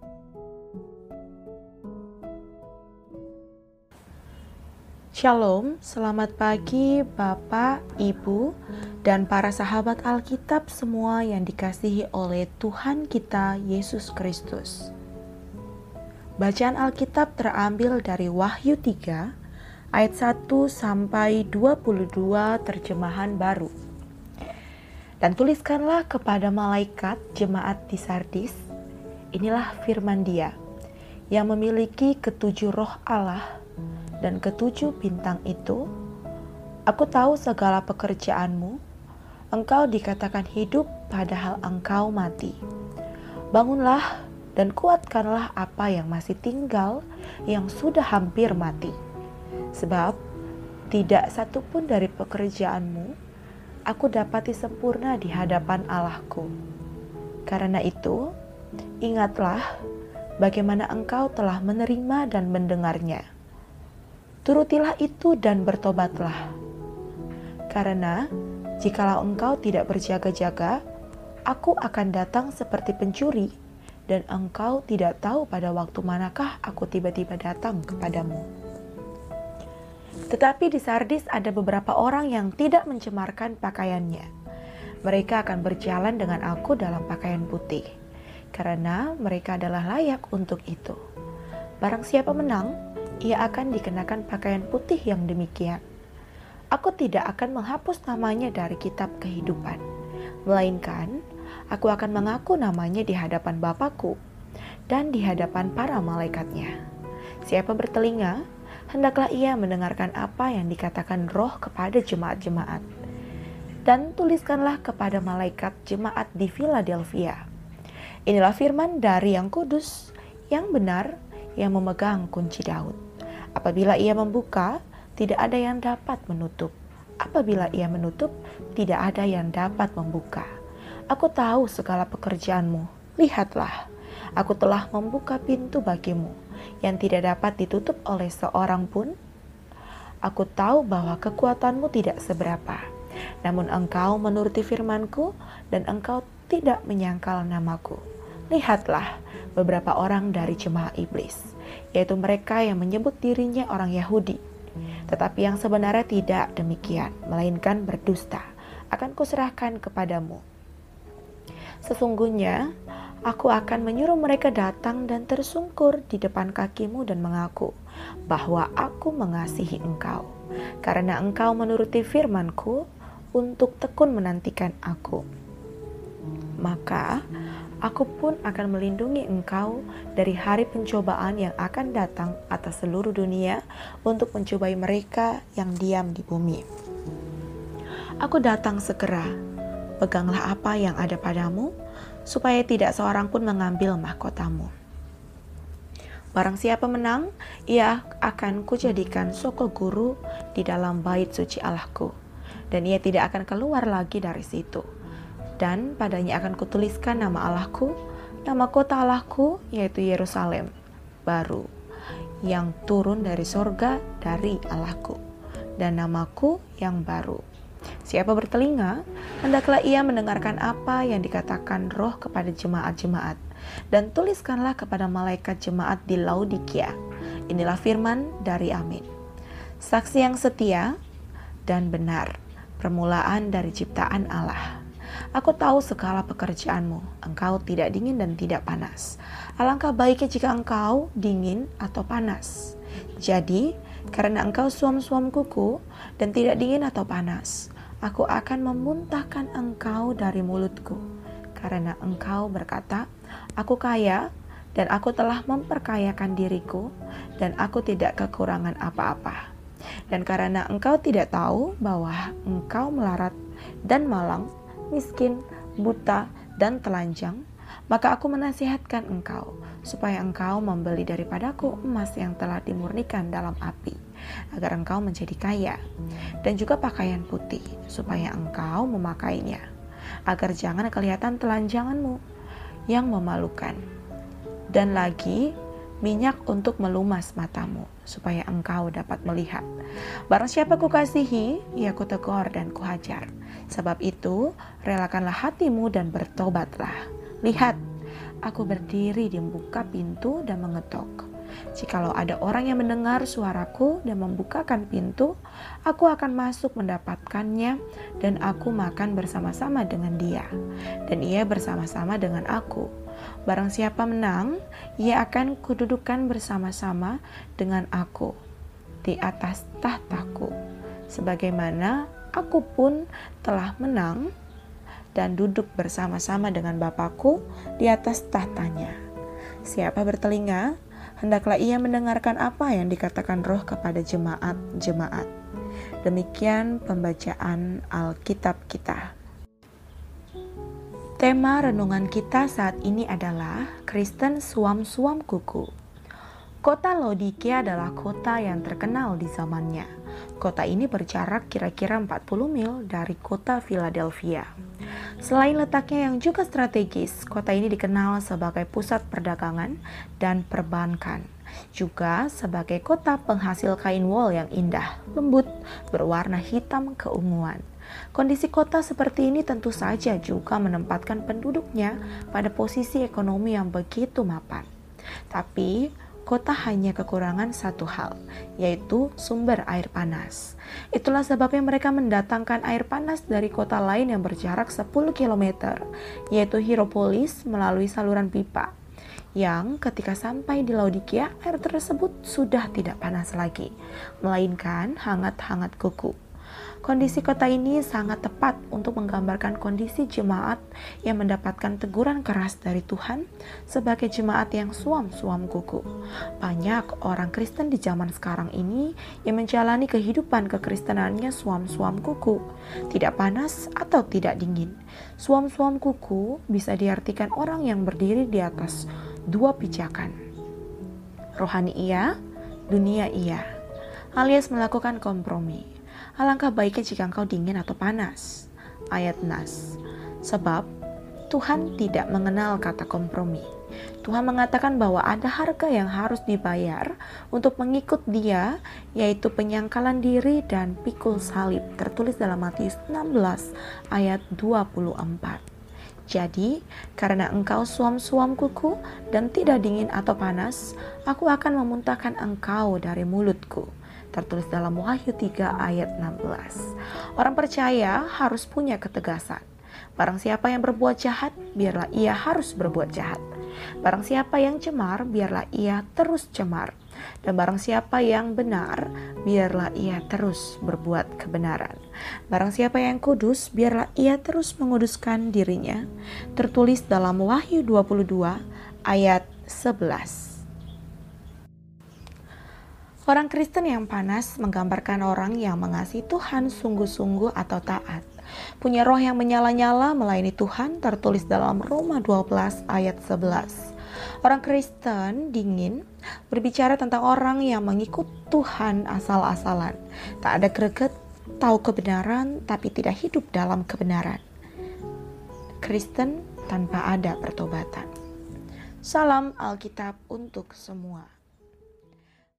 Shalom, selamat pagi Bapak, Ibu, dan para sahabat Alkitab semua yang dikasihi oleh Tuhan kita Yesus Kristus. Bacaan Alkitab terambil dari Wahyu 3 ayat 1 sampai 22 terjemahan baru. Dan tuliskanlah kepada malaikat jemaat di Sardis, inilah firman Dia yang memiliki ketujuh roh Allah dan ketujuh bintang itu. Aku tahu segala pekerjaanmu, engkau dikatakan hidup padahal engkau mati. Bangunlah dan kuatkanlah apa yang masih tinggal yang sudah hampir mati. Sebab tidak satupun dari pekerjaanmu aku dapati sempurna di hadapan Allahku. Karena itu, ingatlah bagaimana engkau telah menerima dan mendengarnya. Turutilah itu dan bertobatlah. Karena jikalau engkau tidak berjaga-jaga, aku akan datang seperti pencuri, dan engkau tidak tahu pada waktu manakah aku tiba-tiba datang kepadamu. Tetapi di Sardis ada beberapa orang yang tidak mencemarkan pakaiannya. Mereka akan berjalan dengan aku dalam pakaian putih, karena mereka adalah layak untuk itu. Barang siapa menang, ia akan dikenakan pakaian putih yang demikian. Aku tidak akan menghapus namanya dari kitab kehidupan, melainkan aku akan mengaku namanya di hadapan Bapa-Ku dan di hadapan para malaikatnya. Siapa bertelinga, hendaklah ia mendengarkan apa yang dikatakan Roh kepada jemaat-jemaat. Dan tuliskanlah kepada malaikat jemaat di Philadelphia, inilah firman dari yang kudus, yang benar, yang memegang kunci Daud. Apabila ia membuka, tidak ada yang dapat menutup. Apabila ia menutup, tidak ada yang dapat membuka. Aku tahu segala pekerjaanmu. Lihatlah, aku telah membuka pintu bagimu, yang tidak dapat ditutup oleh seorang pun. Aku tahu bahwa kekuatanmu tidak seberapa, namun engkau menuruti firmanku, dan engkau tidak menyangkal namaku. Lihatlah beberapa orang dari jemaah iblis, yaitu mereka yang menyebut dirinya orang Yahudi, tetapi yang sebenarnya tidak demikian, melainkan berdusta, akan kuserahkan kepadamu. Sesungguhnya aku akan menyuruh mereka datang dan tersungkur di depan kakimu dan mengaku bahwa aku mengasihi engkau, karena engkau menuruti firmanku untuk tekun menantikan aku. Maka aku pun akan melindungi engkau dari hari pencobaan yang akan datang atas seluruh dunia untuk mencobai mereka yang diam di bumi. Aku datang segera. Peganglah apa yang ada padamu, supaya tidak seorang pun mengambil mahkotamu. Barang siapa menang, ia akan kujadikan soko guru di dalam bait suci Allahku, dan ia tidak akan keluar lagi dari situ. Dan padanya akan kutuliskan nama Allahku, nama kota Allahku, yaitu Yerusalem baru, yang turun dari sorga dari Allahku, dan namaku yang baru. Siapa bertelinga, hendaklah ia mendengarkan apa yang dikatakan Roh kepada jemaat-jemaat. Dan tuliskanlah kepada malaikat jemaat di Laodikia, inilah firman dari Amin, saksi yang setia dan benar, permulaan dari ciptaan Allah. Aku tahu segala pekerjaanmu, engkau tidak dingin dan tidak panas. Alangkah baiknya jika engkau dingin atau panas. Jadi, karena engkau suam-suam kuku dan tidak dingin atau panas, aku akan memuntahkan engkau dari mulutku. Karena engkau berkata, aku kaya dan aku telah memperkayakan diriku, dan aku tidak kekurangan apa-apa. Dan karena engkau tidak tahu bahwa engkau melarat dan malang, miskin, buta, dan telanjang, maka aku menasihatkan engkau, supaya engkau membeli daripadaku emas yang telah dimurnikan dalam api, agar engkau menjadi kaya, dan juga pakaian putih, supaya engkau memakainya, agar jangan kelihatan telanjanganmu yang memalukan, dan lagi minyak untuk melumas matamu, supaya engkau dapat melihat. Barang siapa kukasihi, ia kutegur dan kuhajar. Sebab itu, relakanlah hatimu dan bertobatlah. Lihat, aku berdiri di membuka pintu dan mengetok. Jikalau ada orang yang mendengar suaraku dan membukakan pintu, aku akan masuk mendapatkannya dan aku makan bersama-sama dengan dia, dan ia bersama-sama dengan aku. Barang siapa menang, ia akan kududukan bersama-sama dengan aku di atas tahtaku, sebagaimana aku pun telah menang dan duduk bersama-sama dengan Bapakku di atas tahtanya. Siapa bertelinga, hendaklah ia mendengarkan apa yang dikatakan Roh kepada jemaat-jemaat. Demikian pembacaan Alkitab kita. Tema renungan kita saat ini adalah Kristen suam-suam kuku. Kota Laodikia adalah kota yang terkenal di zamannya. Kota ini berjarak kira-kira 40 mil dari kota Philadelphia. Selain letaknya yang juga strategis, kota ini dikenal sebagai pusat perdagangan dan perbankan. Juga sebagai kota penghasil kain wol yang indah, lembut, berwarna hitam keunguan. Kondisi kota seperti ini tentu saja juga menempatkan penduduknya pada posisi ekonomi yang begitu mapan. Tapi kota hanya kekurangan satu hal, yaitu sumber air panas. Itulah sebabnya mereka mendatangkan air panas dari kota lain yang berjarak 10 km, yaitu Hierapolis melalui saluran pipa, yang ketika sampai di Laodikia, air tersebut sudah tidak panas lagi, melainkan hangat-hangat kuku. Kondisi kota ini sangat tepat untuk menggambarkan kondisi jemaat yang mendapatkan teguran keras dari Tuhan sebagai jemaat yang suam-suam kuku. Banyak orang Kristen di zaman sekarang ini yang menjalani kehidupan kekristenannya suam-suam kuku, tidak panas atau tidak dingin. Suam-suam kuku bisa diartikan orang yang berdiri di atas dua pijakan. Rohani iya, dunia iya, alias melakukan kompromi. Alangkah baiknya jika engkau dingin atau panas. Ayat Nas. Sebab Tuhan tidak mengenal kata kompromi. Tuhan mengatakan bahwa ada harga yang harus dibayar untuk mengikut Dia, yaitu penyangkalan diri dan pikul salib, tertulis dalam Matius 16 ayat 24. Jadi, karena engkau suam-suam kuku dan tidak dingin atau panas, aku akan memuntahkan engkau dari mulutku. Tertulis dalam Wahyu 3 ayat 16. Orang percaya harus punya ketegasan. Barang siapa yang berbuat jahat, biarlah ia harus berbuat jahat. Barang siapa yang cemar, biarlah ia terus cemar. Dan barang siapa yang benar, biarlah ia terus berbuat kebenaran. Barang siapa yang kudus, biarlah ia terus menguduskan dirinya. Tertulis dalam Wahyu 22 ayat 11. Orang Kristen yang panas menggambarkan orang yang mengasihi Tuhan sungguh-sungguh atau taat. Punya roh yang menyala-nyala melayani Tuhan, tertulis dalam Roma 12 ayat 11. Orang Kristen dingin berbicara tentang orang yang mengikut Tuhan asal-asalan. Tak ada greget, tahu kebenaran tapi tidak hidup dalam kebenaran. Kristen tanpa ada pertobatan. Salam Alkitab untuk semua.